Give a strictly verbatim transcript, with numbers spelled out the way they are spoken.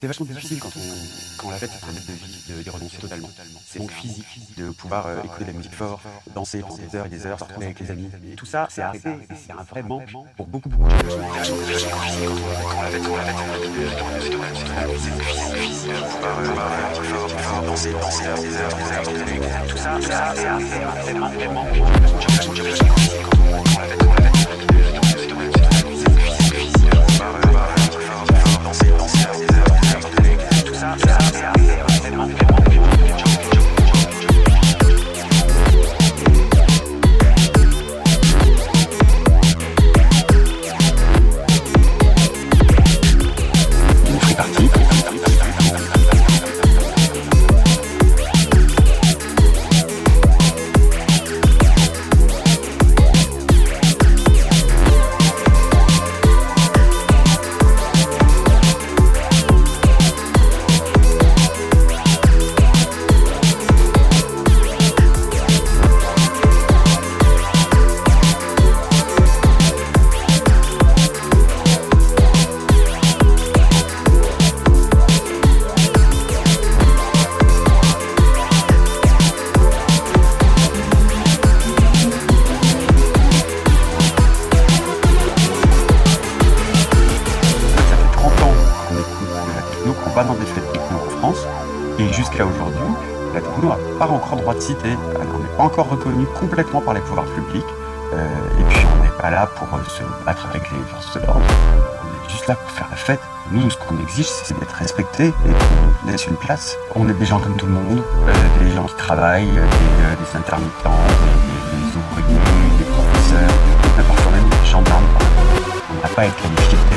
C'est vachement difficile quand on quand la fête c'est un mode de vie, de d'y renoncer totalement. C'est donc physique, de pouvoir, heu, écouter de la musique fort, danser pendant des heures et des heures, se retrouver avec les amis. Et tout ça, c'est arrêté et c'est un vrai manque pour beaucoup, beaucoup de gens. C'est vachement physique quand la fête quand la fête c'est un mode de vie, de renoncer totalement. C'est donc physique, de pouvoir, heu, pouvoir, heu, écouter de la musique fort, danser pendant des heures et des heures, des heures, avec les amis. Tout ça, c'est arrêté et c'est un vrai manque pour beaucoup de gens. C'est vachement physique quand on quand la fête quand la fête c'est un mode de vie, de renoncer totalement. C'est donc physique, physique, de pouvoir, heu, pouvoir, heu, écouter de la musique fort, danser pendant des heures et des heures, des heures, avec les amis. Tout ça, c'est arrêté et c'est un vrai manque pour beaucoup de gens. On va dans des fêtes techno en France, et jusqu'à aujourd'hui, la techno n'a pas encore droit de cité. On n'est pas encore reconnu complètement par les pouvoirs publics, euh, et puis on n'est pas là pour euh, se battre avec les forces de l'ordre. On est juste là pour faire la fête. Nous, ce qu'on exige, c'est d'être respecté et qu'on laisse une place. On est des gens comme tout le monde, euh, des gens qui travaillent, des, euh, des intermittents, des, des ouvriers, des professeurs, et parfois même des gendarmes. On n'a pas à être qualifiés.